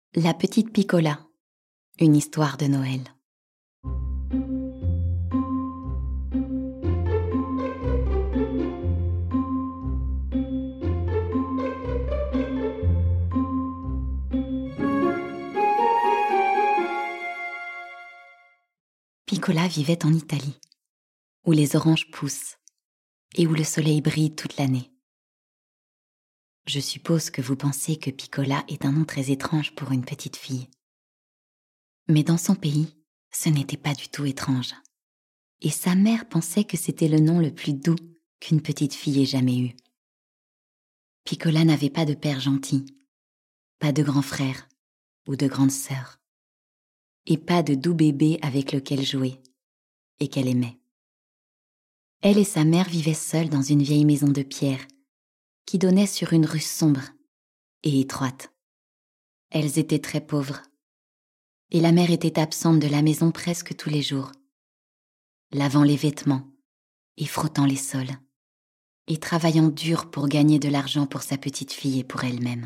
La petite Piccola, une histoire de Noël. Piccola vivait en Italie, où les oranges poussent et où le soleil brille toute l'année. Je suppose que vous pensez que Piccola est un nom très étrange pour une petite fille. Mais dans son pays, ce n'était pas du tout étrange. Et sa mère pensait que c'était le nom le plus doux qu'une petite fille ait jamais eu. Piccola n'avait pas de père gentil, pas de grand frère ou de grande sœur, et pas de doux bébé avec lequel jouer et qu'elle aimait. Elle et sa mère vivaient seules dans une vieille maison de pierre qui donnait sur une rue sombre et étroite. Elles étaient très pauvres, et la mère était absente de la maison presque tous les jours, lavant les vêtements et frottant les sols, et travaillant dur pour gagner de l'argent pour sa petite fille et pour elle-même.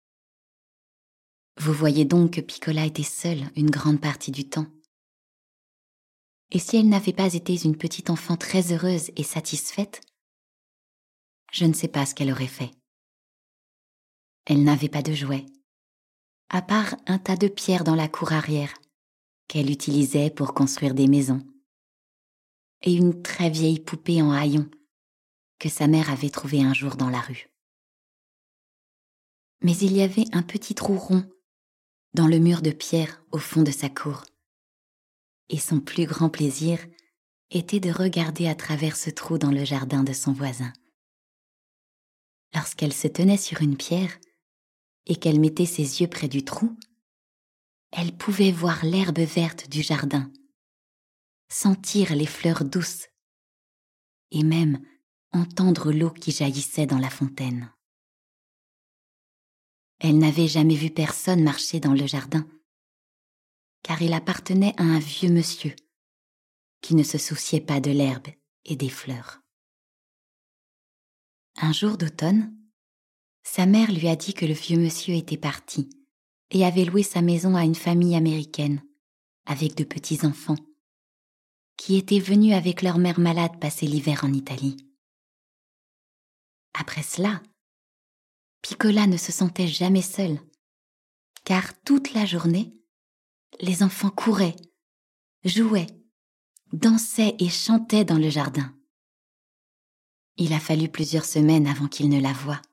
Vous voyez donc que Piccola était seule une grande partie du temps. Et si elle n'avait pas été une petite enfant très heureuse et satisfaite, je ne sais pas ce qu'elle aurait fait. Elle n'avait pas de jouets, à part un tas de pierres dans la cour arrière qu'elle utilisait pour construire des maisons, et une très vieille poupée en haillons que sa mère avait trouvée un jour dans la rue. Mais il y avait un petit trou rond dans le mur de pierre au fond de sa cour, et son plus grand plaisir était de regarder à travers ce trou dans le jardin de son voisin. Lorsqu'elle se tenait sur une pierre et qu'elle mettait ses yeux près du trou, elle pouvait voir l'herbe verte du jardin, sentir les fleurs douces et même entendre l'eau qui jaillissait dans la fontaine. Elle n'avait jamais vu personne marcher dans le jardin, car il appartenait à un vieux monsieur qui ne se souciait pas de l'herbe et des fleurs. Un jour d'automne, sa mère lui a dit que le vieux monsieur était parti et avait loué sa maison à une famille américaine avec de petits-enfants qui étaient venus avec leur mère malade passer l'hiver en Italie. Après cela, Piccola ne se sentait jamais seule, car toute la journée, les enfants couraient, jouaient, dansaient et chantaient dans le jardin. Il a fallu plusieurs semaines avant qu'il ne la voie,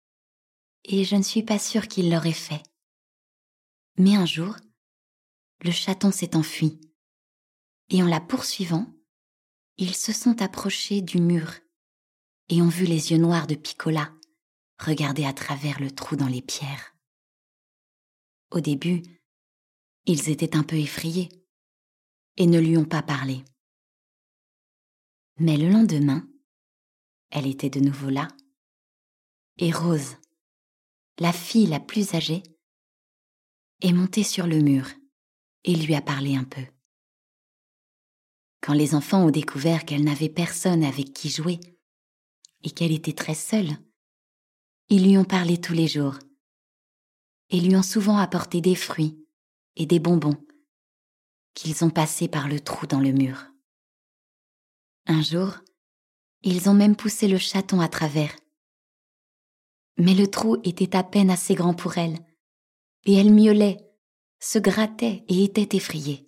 et je ne suis pas sûre qu'il l'aurait fait. Mais un jour, le chaton s'est enfui, et en la poursuivant, ils se sont approchés du mur et ont vu les yeux noirs de Piccola regarder à travers le trou dans les pierres. Au début, ils étaient un peu effrayés et ne lui ont pas parlé. Mais le lendemain, elle était de nouveau là, et Rose, la fille la plus âgée, est montée sur le mur et lui a parlé un peu. Quand les enfants ont découvert qu'elle n'avait personne avec qui jouer et qu'elle était très seule, ils lui ont parlé tous les jours et lui ont souvent apporté des fruits et des bonbons qu'ils ont passés par le trou dans le mur. Un jour, ils ont même poussé le chaton à travers. Mais le trou était à peine assez grand pour elle, et elle miaulait, se grattait et était effrayée.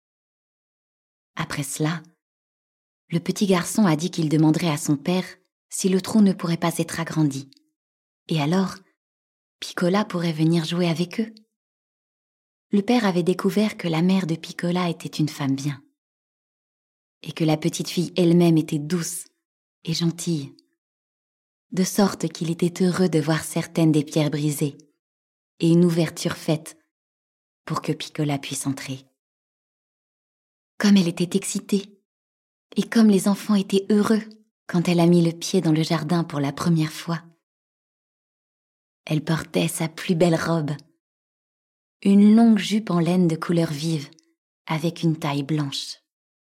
Après cela, le petit garçon a dit qu'il demanderait à son père si le trou ne pourrait pas être agrandi. Et alors, Piccola pourrait venir jouer avec eux. Le père avait découvert que la mère de Piccola était une femme bien, et que la petite fille elle-même était douce et gentille, de sorte qu'il était heureux de voir certaines des pierres brisées et une ouverture faite pour que Piccola puisse entrer. Comme elle était excitée, et comme les enfants étaient heureux quand elle a mis le pied dans le jardin pour la première fois, elle portait sa plus belle robe, une longue jupe en laine de couleur vive avec une taille blanche.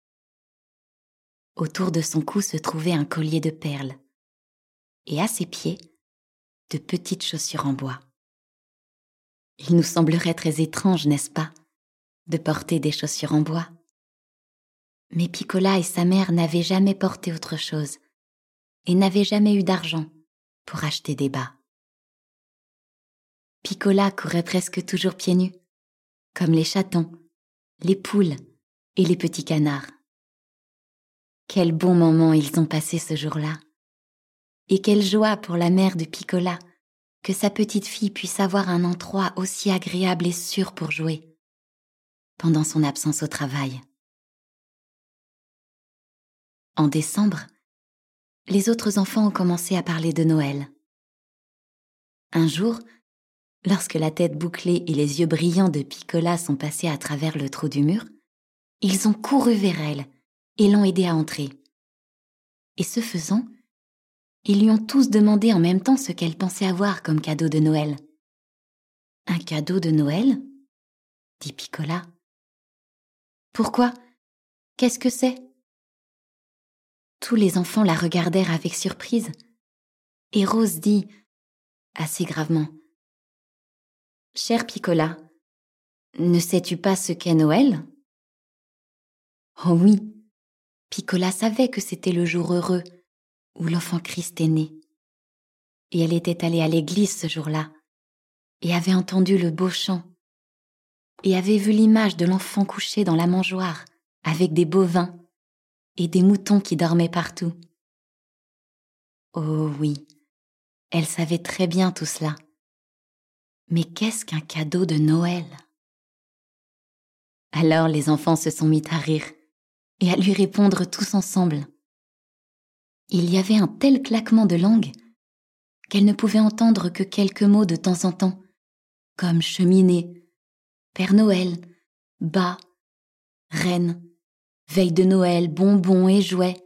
Autour de son cou se trouvait un collier de perles, et à ses pieds, de petites chaussures en bois. Il nous semblerait très étrange, n'est-ce pas, de porter des chaussures en bois. Mais Piccola et sa mère n'avaient jamais porté autre chose et n'avaient jamais eu d'argent pour acheter des bas. Piccola courait presque toujours pieds nus, comme les chatons, les poules et les petits canards. Quel bon moment ils ont passé ce jour-là. Et quelle joie pour la mère de Piccola que sa petite fille puisse avoir un endroit aussi agréable et sûr pour jouer pendant son absence au travail. En décembre, les autres enfants ont commencé à parler de Noël. Un jour, lorsque la tête bouclée et les yeux brillants de Piccola sont passés à travers le trou du mur, ils ont couru vers elle et l'ont aidée à entrer. Et ce faisant, ils lui ont tous demandé en même temps ce qu'elle pensait avoir comme cadeau de Noël. « Un cadeau de Noël ?» dit Piccola. « Pourquoi ? Qu'est-ce que c'est ?» Tous les enfants la regardèrent avec surprise, et Rose dit, assez gravement, « Cher Piccola, ne sais-tu pas ce qu'est Noël ?» Oh oui, Piccola savait que c'était le jour heureux où l'enfant Christ est né. Et elle était allée à l'église ce jour-là, et avait entendu le beau chant, et avait vu l'image de l'enfant couché dans la mangeoire, avec des bovins et des moutons qui dormaient partout. Oh oui, elle savait très bien tout cela. Mais qu'est-ce qu'un cadeau de Noël ? Alors les enfants se sont mis à rire et à lui répondre tous ensemble. Il y avait un tel claquement de langue qu'elle ne pouvait entendre que quelques mots de temps en temps, comme cheminée, Père Noël, bas, reine, veille de Noël, bonbons et jouets.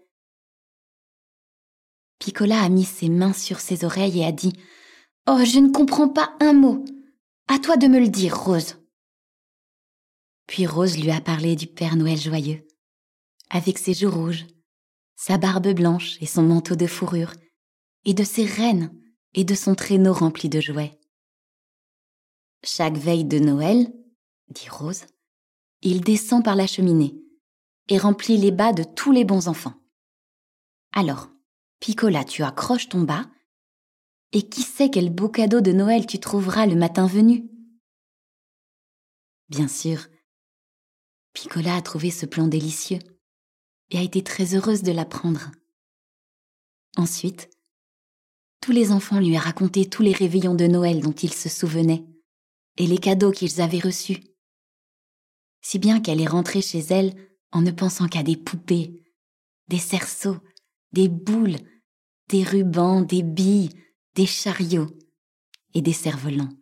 Piccola a mis ses mains sur ses oreilles et a dit « Oh, je ne comprends pas un mot. À toi de me le dire, Rose. » Puis Rose lui a parlé du Père Noël joyeux, avec ses joues rouges, sa barbe blanche et son manteau de fourrure, et de ses rennes et de son traîneau rempli de jouets. Chaque veille de Noël, dit Rose, il descend par la cheminée et remplit les bas de tous les bons enfants. Alors, Piccola, tu accroches ton bas, et qui sait quel beau cadeau de Noël tu trouveras le matin venu ? Bien sûr, Piccola a trouvé ce plan délicieux et a été très heureuse de l'apprendre. Ensuite, tous les enfants lui ont raconté tous les réveillons de Noël dont ils se souvenaient et les cadeaux qu'ils avaient reçus. Si bien qu'elle est rentrée chez elle en ne pensant qu'à des poupées, des cerceaux, des boules, des rubans, des billes, des chariots et des cerfs-volants.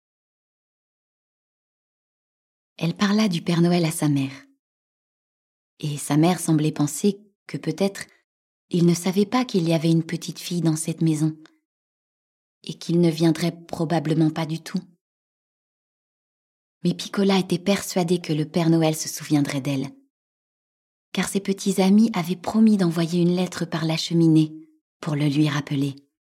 Elle parla du Père Noël à sa mère. Et sa mère semblait penser que peut-être il ne savait pas qu'il y avait une petite fille dans cette maison et qu'il ne viendrait probablement pas du tout. Mais Piccola était persuadée que le Père Noël se souviendrait d'elle, car ses petits amis avaient promis d'envoyer une lettre par la cheminée pour le lui rappeler.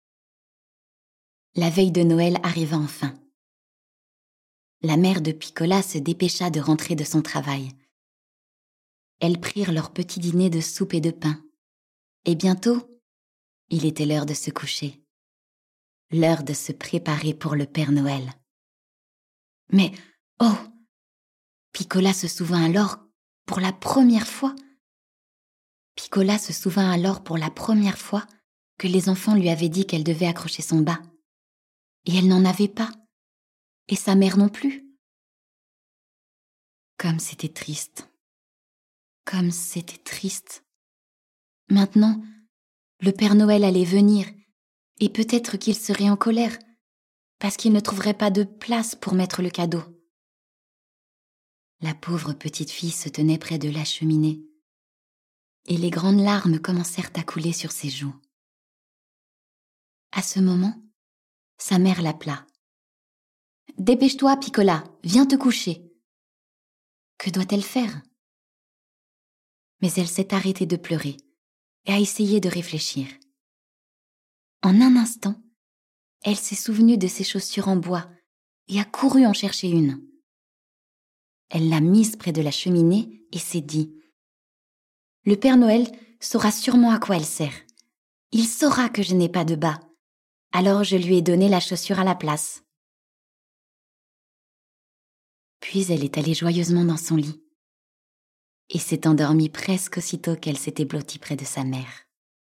La veille de Noël arriva enfin. La mère de Piccola se dépêcha de rentrer de son travail. Elles prirent leur petit dîner de soupe et de pain. Et bientôt, il était l'heure de se coucher. L'heure de se préparer pour le Père Noël. Mais, oh ! Piccola se souvint alors pour la première fois. Piccola se souvint alors pour la première fois que les enfants lui avaient dit qu'elle devait accrocher son bas. Et elle n'en avait pas. Et sa mère non plus. Comme c'était triste. Comme c'était triste. Maintenant, le Père Noël allait venir, et peut-être qu'il serait en colère, parce qu'il ne trouverait pas de place pour mettre le cadeau. La pauvre petite fille se tenait près de la cheminée, et les grandes larmes commencèrent à couler sur ses joues. À ce moment, sa mère l'appela. « Dépêche-toi, Piccola, viens te coucher. » Que doit-elle faire ? Mais elle s'est arrêtée de pleurer et a essayé de réfléchir. En un instant, elle s'est souvenue de ses chaussures en bois et a couru en chercher une. Elle l'a mise près de la cheminée et s'est dit « Le Père Noël saura sûrement à quoi elle sert. Il saura que je n'ai pas de bas. Alors je lui ai donné la chaussure à la place. » Puis elle est allée joyeusement dans son lit et s'est endormie presque aussitôt qu'elle s'était blottie près de sa mère.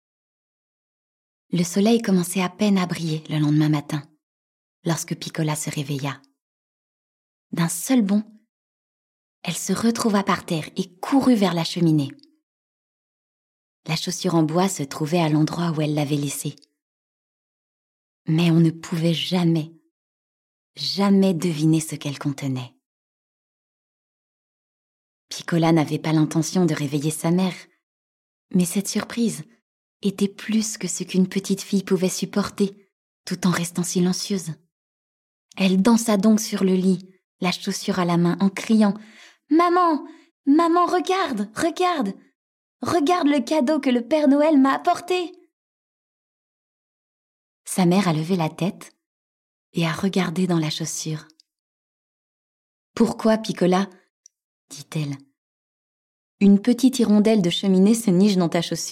Le soleil commençait à peine à briller le lendemain matin, lorsque Piccola se réveilla. D'un seul bond, elle se retrouva par terre et courut vers la cheminée. La chaussure en bois se trouvait à l'endroit où elle l'avait laissée. Mais on ne pouvait jamais deviner ce qu'elle contenait. Piccola n'avait pas l'intention de réveiller sa mère, mais cette surprise était plus que ce qu'une petite fille pouvait supporter, tout en restant silencieuse. Elle dansa donc sur le lit, la chaussure à la main, en criant « Maman, maman, regarde, regarde, regarde le cadeau que le Père Noël m'a apporté !» Sa mère a levé la tête et a regardé dans la chaussure. « Pourquoi, Piccola ?» dit-elle. « Une petite hirondelle de cheminée se niche dans ta chaussure. »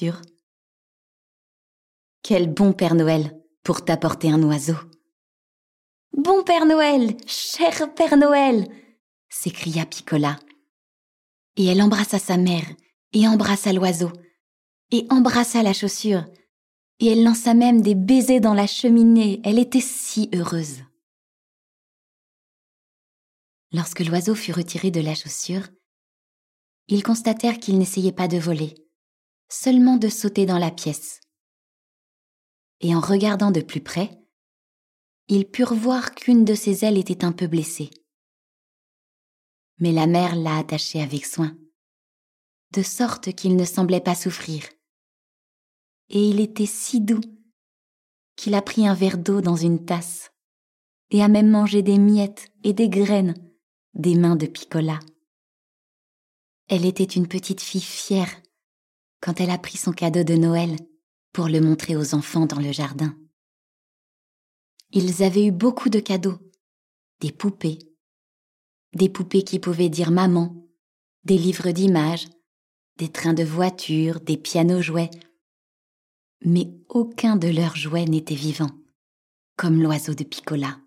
« Quel bon Père Noël pour t'apporter un oiseau !»« Bon Père Noël, cher Père Noël !» s'écria Piccola. Et elle embrassa sa mère, et embrassa l'oiseau, et embrassa la chaussure, et elle lança même des baisers dans la cheminée. Elle était si heureuse. Lorsque l'oiseau fut retiré de la chaussure, ils constatèrent qu'il n'essayait pas de voler, seulement de sauter dans la pièce. Et en regardant de plus près, ils purent voir qu'une de ses ailes était un peu blessée. Mais la mère l'a attaché avec soin, de sorte qu'il ne semblait pas souffrir. Et il était si doux qu'il a pris un verre d'eau dans une tasse et a même mangé des miettes et des graines des mains de Piccola. Elle était une petite fille fière quand elle a pris son cadeau de Noël pour le montrer aux enfants dans le jardin. Ils avaient eu beaucoup de cadeaux, des poupées qui pouvaient dire maman, des livres d'images, des trains de voiture, des pianos jouets. Mais aucun de leurs jouets n'était vivant, comme l'oiseau de Piccola.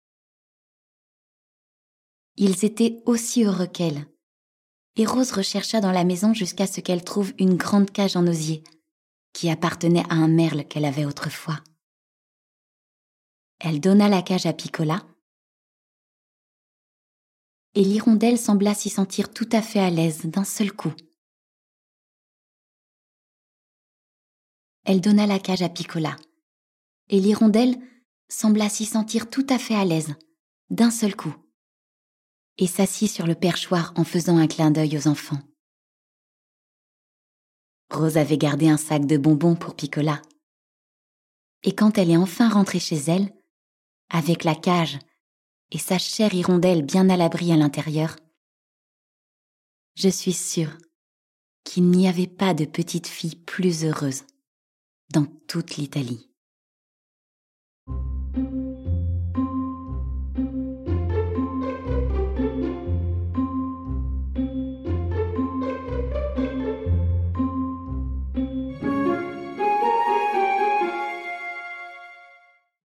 Ils étaient aussi heureux qu'elle, et Rose rechercha dans la maison jusqu'à ce qu'elle trouve une grande cage en osier qui appartenait à un merle qu'elle avait autrefois. Elle donna la cage à Piccola, et l'hirondelle sembla s'y sentir tout à fait à l'aise d'un seul coup. Elle donna la cage à Piccola, et l'hirondelle sembla s'y sentir tout à fait à l'aise d'un seul coup, et s'assit sur le perchoir en faisant un clin d'œil aux enfants. Rose avait gardé un sac de bonbons pour Piccola, et quand elle est enfin rentrée chez elle, avec la cage et sa chère hirondelle bien à l'abri à l'intérieur, je suis sûre qu'il n'y avait pas de petite fille plus heureuse dans toute l'Italie.